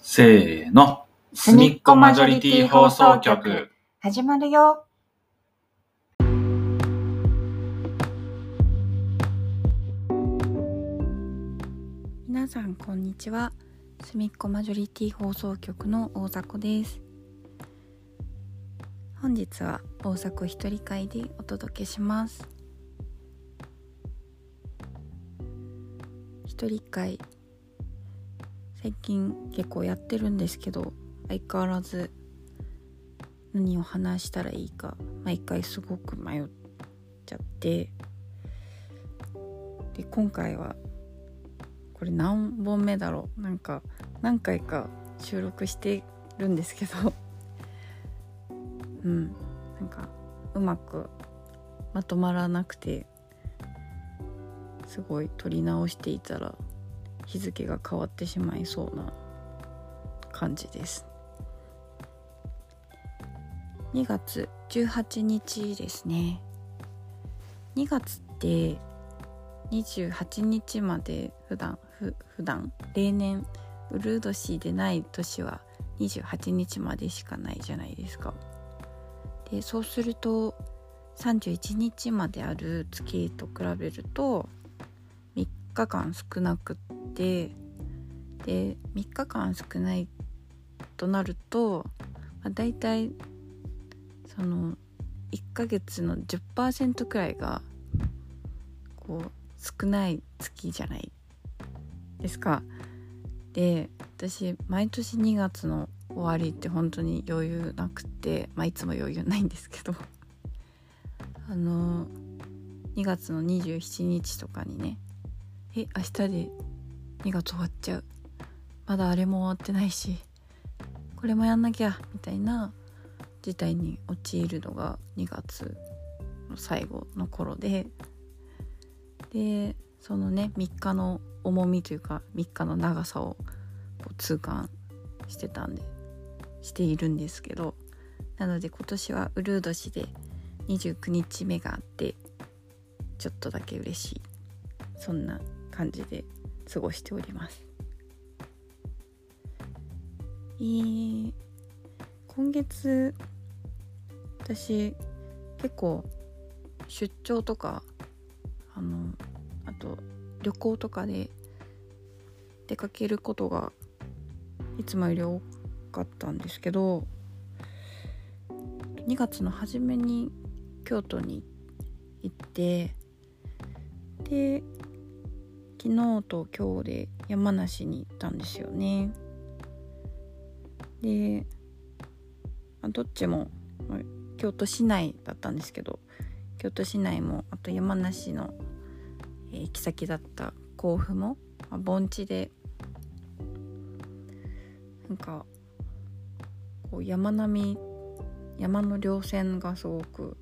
せーの、すみっこマジョリティ放送局始まるよ。皆さんこんにちは。すみっこマジョリティ放送局の大迫です。本日は大迫一人会でお届けします。一人会、最近結構やってるんですけど、相変わらず何を話したらいいか毎回すごく迷っちゃって、で今回はこれ何本目だろう、何回か収録してるんですけどうまくまとまらなくて、すごい撮り直していたら日付が変わってしまいそうな感じです。2月18日ですね。2月って28日まで普段例年うるう年でない年は28日までしかないじゃないですか。でそうすると31日まである月と比べると3日間少なくって、で3日間少ないとなると、だいたいその1ヶ月の 10% くらいがこう少ない月じゃないですか。で私毎年2月の終わりって本当に余裕なくて、いつも余裕ないんですけど2月の27日とかにね、明日で2月終わっちゃう、まだあれも終わってないしこれもやんなきゃみたいな事態に陥るのが2月の最後の頃で、そのね3日の重みというか3日の長さを痛感しているんですけど、なので今年はうるう年で29日目があってちょっとだけ嬉しい、そんな感じで過ごしております。今月私結構出張とかあと旅行とかで出かけることがいつもより多かったんですけど、2月の初めに京都に行って、で昨日と今日で山梨に行ったんですよね。でどっちも京都市内だったんですけど、京都市内もあと山梨の行き先だった甲府も盆地でこう山の稜線がすごく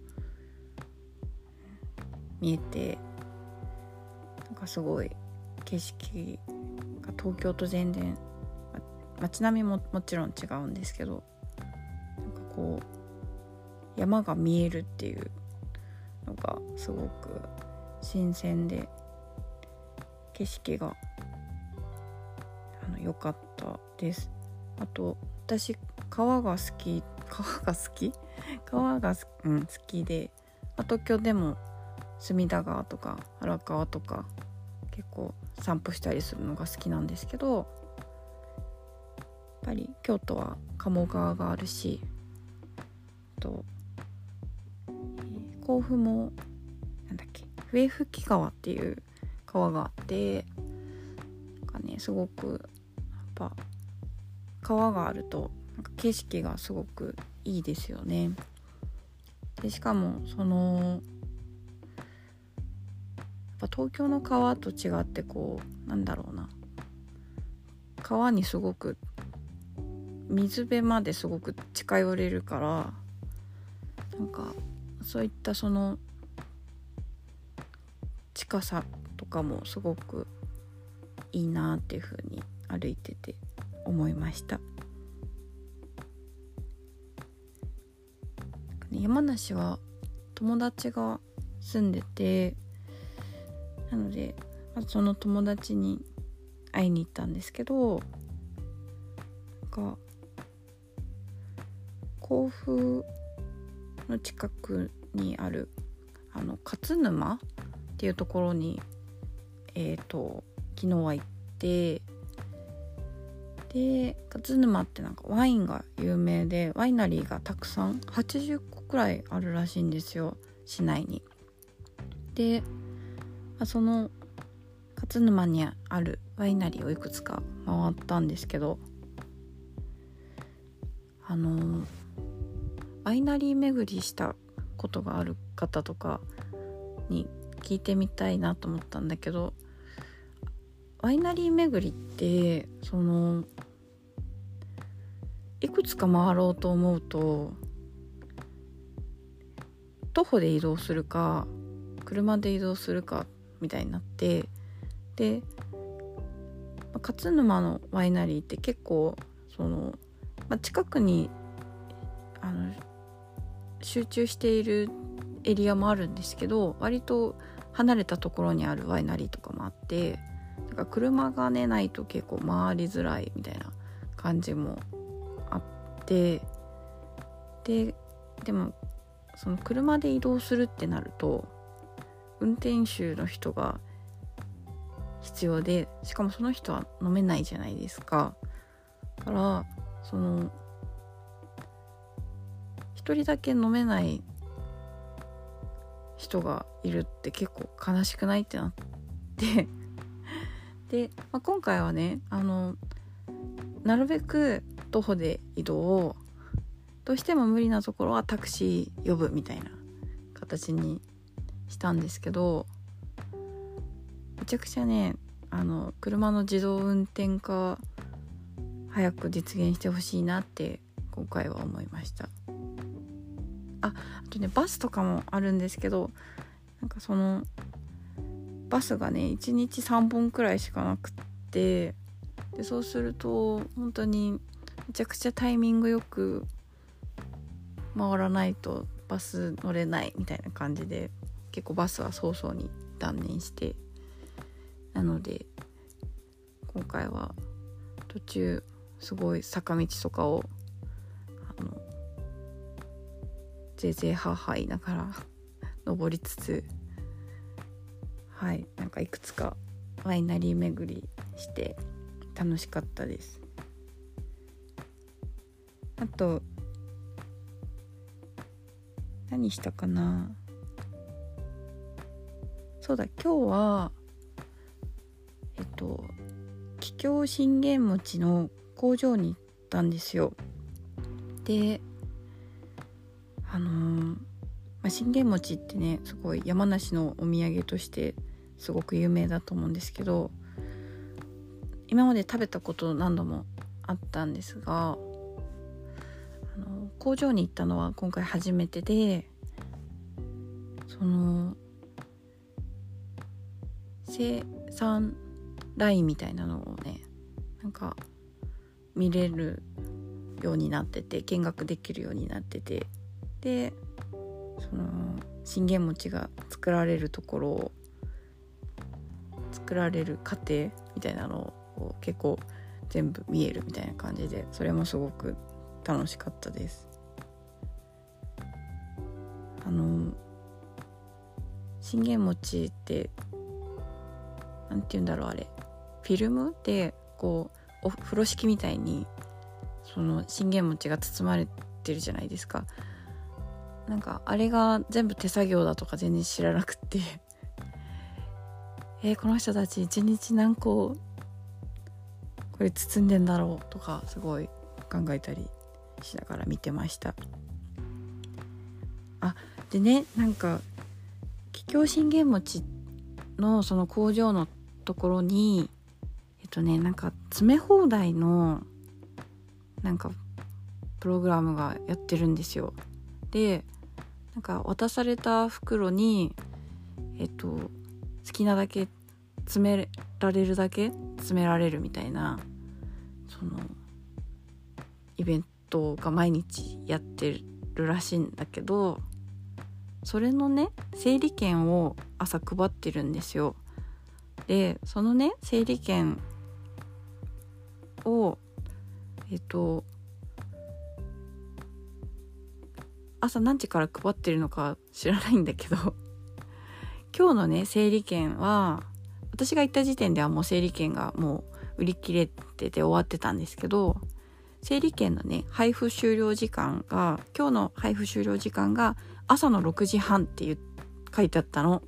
見えて、すごい景色が東京と全然、街並みももちろん違うんですけど、こう山が見えるっていうのがすごく新鮮で、景色が良かったです。あと私川が好きで、東京でも隅田川とか荒川とか結構散歩したりするのが好きなんですけど、やっぱり京都は鴨川があるし、甲府も笛吹川っていう川があって、すごくやっぱ川があると景色がすごくいいですよね。でしかもやっぱ東京の川と違って川にすごく水辺まですごく近寄れるから、そういったその近さとかもすごくいいなっていう風に歩いてて思いました。山梨は友達が住んでて、なのでその友達に会いに行ったんですけど、 か甲府の近くにある勝沼っていうところに昨日は行って、で勝沼ってなんかワインが有名で、ワイナリーがたくさん80個くらいあるらしいんですよ、市内に。でその勝沼にあるワイナリーをいくつか回ったんですけど、ワイナリー巡りしたことがある方とかに聞いてみたいなと思ったんだけど、ワイナリー巡りっていくつか回ろうと思うと徒歩で移動するか車で移動するかみたいになって、で勝沼のワイナリーって結構近くに集中しているエリアもあるんですけど、割と離れたところにあるワイナリーとかもあって、だから車がねないと結構回りづらいみたいな感じもあって、でもその車で移動するってなると運転手の人が必要で、しかもその人は飲めないじゃないですか。だから一人だけ飲めない人がいるって結構悲しくないってなってで、今回はねなるべく徒歩で移動を、どうしても無理なところはタクシー呼ぶみたいな形にしたんですけど、めちゃくちゃね車の自動運転化早く実現してほしいなって今回は思いました。あとねバスとかもあるんですけど、なんかバスがね1日3本くらいしかなくって、でそうすると本当にめちゃくちゃタイミングよく回らないとバス乗れないみたいな感じで、結構バスは早々に断念して、なので今回は途中すごい坂道とかをぜいぜいはーはー言いながら登りつつ、なんかいくつかワイナリー巡りして楽しかったです。あと何したかな。そうだ、今日は桔梗信玄餅の工場に行ったんですよ。で信玄餅ってねすごい山梨のお土産としてすごく有名だと思うんですけど、今まで食べたこと何度もあったんですが、工場に行ったのは今回初めてで、生産ラインみたいなのをねなんか見れるようになってて、見学できるようになってて、で信玄餅が作られるところを、作られる過程みたいなのを結構全部見えるみたいな感じで、それもすごく楽しかったです。信玄餅ってなんて言うんだろう、あれフィルムでこう風呂敷みたいに信玄餅が包まれてるじゃないですか。なんかあれが全部手作業だとか全然知らなくてこの人たち一日何個これ包んでんだろうとかすごい考えたりしながら見てました。でね、なんか桔梗信玄餅のその工場のところになんか詰め放題のなんかプログラムがやってるんですよ。でなんか渡された袋に好きなだけ詰められるだけ詰められるみたいなイベントが毎日やってるらしいんだけど、それのね整理券を朝配ってるんですよ。でそのね整理券を朝何時から配ってるのか知らないんだけど今日のね整理券は私が行った時点ではもう整理券がもう売り切れてて終わってたんですけど、整理券のね配布終了時間が今日の配布終了時間が朝の6時半って書いてあったの。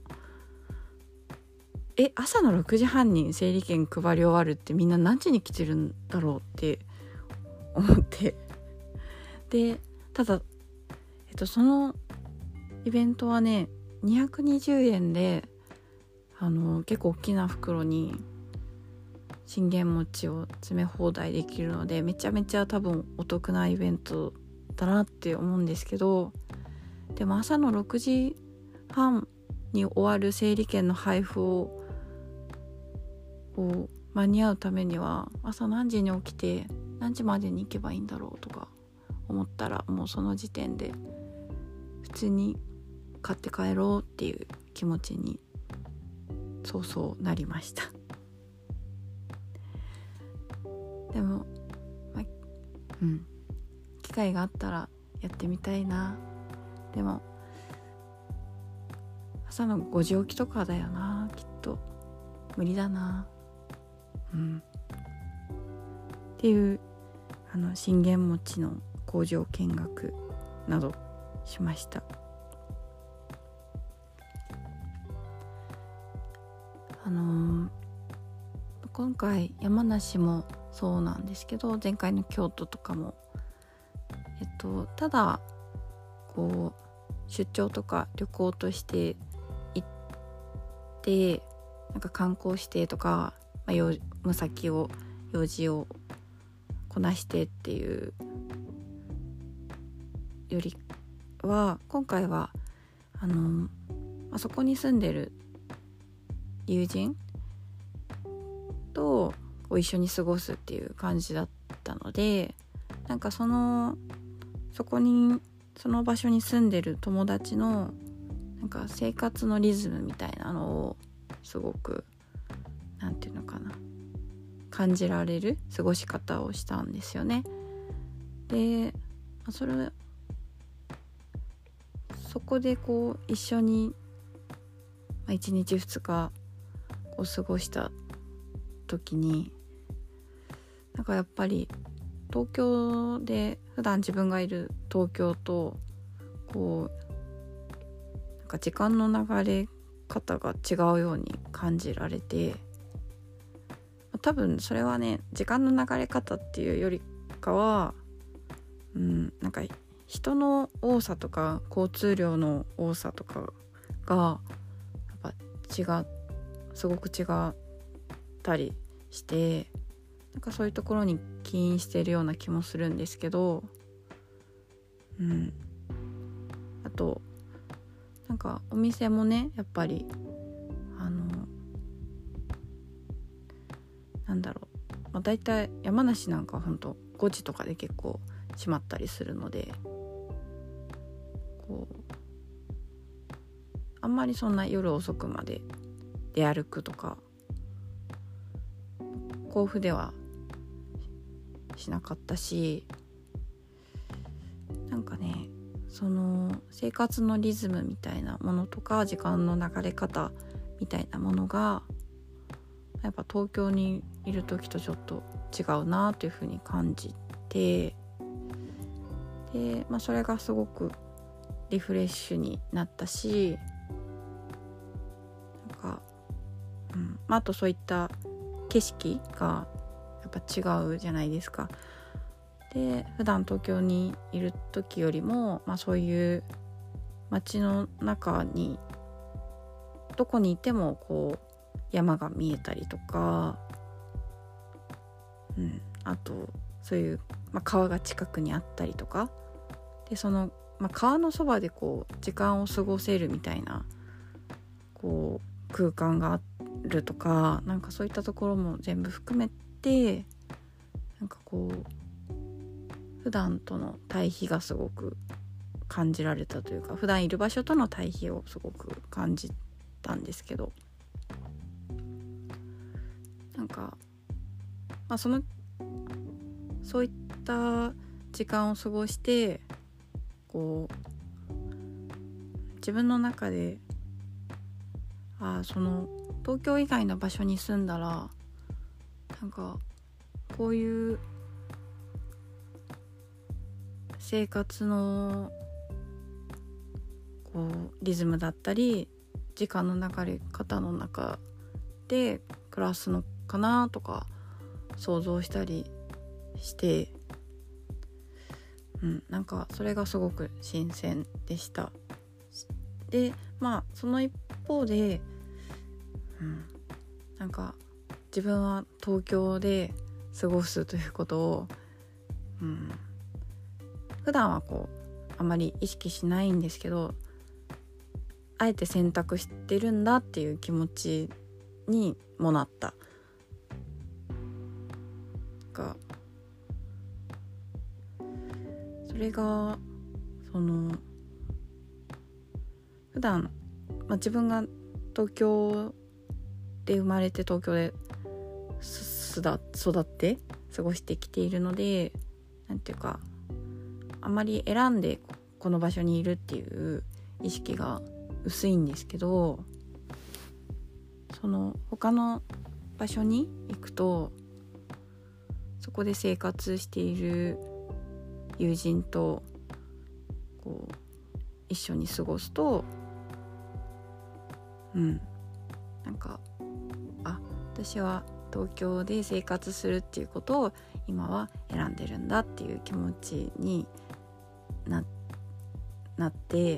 朝の6時半に整理券配り終わるってみんな何時に来てるんだろうって思ってで、ただそのイベントはね220円で結構大きな袋に信玄餅を詰め放題できるのでめちゃめちゃ多分お得なイベントだなって思うんですけど、でも朝の6時半に終わる整理券の配布を間に合うためには朝何時に起きて何時までに行けばいいんだろうとか思ったら、もうその時点で普通に買って帰ろうっていう気持ちにそうなりました。でも、機会があったらやってみたいな。でも朝の5時起きとかだよな、きっと無理だな。っていう信玄餅の工場見学などしました。今回山梨もそうなんですけど、前回の京都とかもただこう出張とか旅行として行ってなんか観光してとか、用事をこなしてっていうよりは、今回はそこに住んでる友人と一緒に過ごすっていう感じだったので、なんかその場所に住んでる友達のなんか生活のリズムみたいなのをすごくなんていうのかな、感じられる過ごし方をしたんですよね。でそこでこう一緒に1日2日を過ごした時に、なんかやっぱり東京で普段自分がいる東京とこうなんか時間の流れ方が違うように感じられて、多分それはね時間の流れ方っていうよりかはなんか人の多さとか交通量の多さとかがやっぱすごく違ったりして、なんかそういうところに起因しているような気もするんですけど、あとなんかお店もねやっぱりだいたい山梨なんかはほんと5時とかで結構閉まったりするので、こうあんまりそんな夜遅くまで出歩くとか甲府ではしなかったし、なんかねその生活のリズムみたいなものとか時間の流れ方みたいなものがやっぱ東京にいる時とちょっと違うなというふうに感じて、で、それがすごくリフレッシュになったし、なんか、あとそういった景色がやっぱ違うじゃないですか。で普段東京にいる時よりも、そういう街の中にどこにいてもこう山が見えたりとか、あとそういう、川が近くにあったりとかで、その、川のそばでこう時間を過ごせるみたいなこう空間があるとか、なんかそういったところも全部含めてなんかこう普段との対比がすごく感じられたというか、普段いる場所との対比をすごく感じたんですけど、なんか、そのそういった時間を過ごしてこう自分の中でその東京以外の場所に住んだらなんかこういう生活のこうリズムだったり時間の流れ方の中で暮らすのかなとか想像したりして、なんかそれがすごく新鮮でした。でその一方で、なんか自分は東京で過ごすということを、普段はあまり意識しないんですけど、あえて選択してるんだっていう気持ちにもなった。それが普段、自分が東京で生まれて東京で育って過ごしてきているので、なんていうかあまり選んでこの場所にいるっていう意識が薄いんですけど、その他の場所に行くとそこで生活している友人と一緒に過ごすと、なんか私は東京で生活するっていうことを今は選んでるんだっていう気持ちになって、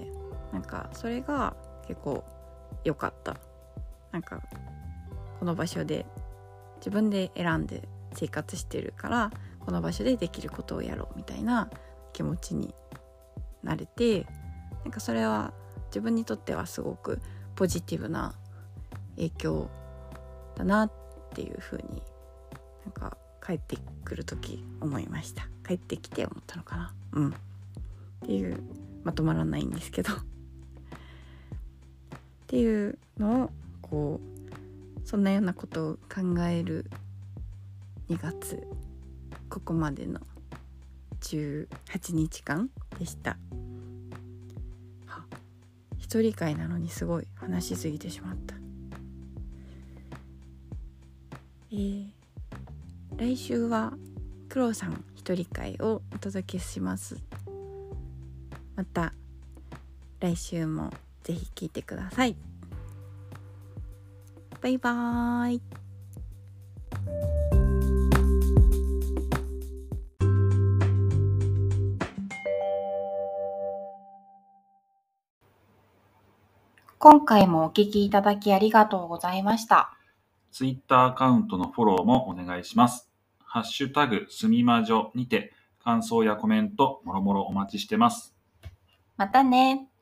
なんかそれが結構良かった。なんかこの場所で自分で選んで生活してるからこの場所でできることをやろうみたいな気持ちになれて、なんかそれは自分にとってはすごくポジティブな影響だなっていう風になんか帰ってくる時思いました。帰ってきて思ったのかな、っていうまとまらないんですけどっていうのをそんなようなことを考える2月ここまでの18日間でした。一人会なのにすごい話しすぎてしまった。来週はクロさん一人会をお届けします。また来週もぜひ聞いてください。バイバーイ。 今回もお聞きいただきありがとうございました。Twitter アカウントのフォローもお願いします。ハッシュタグすみまじょにて感想やコメントもろもろお待ちしてます。 またね。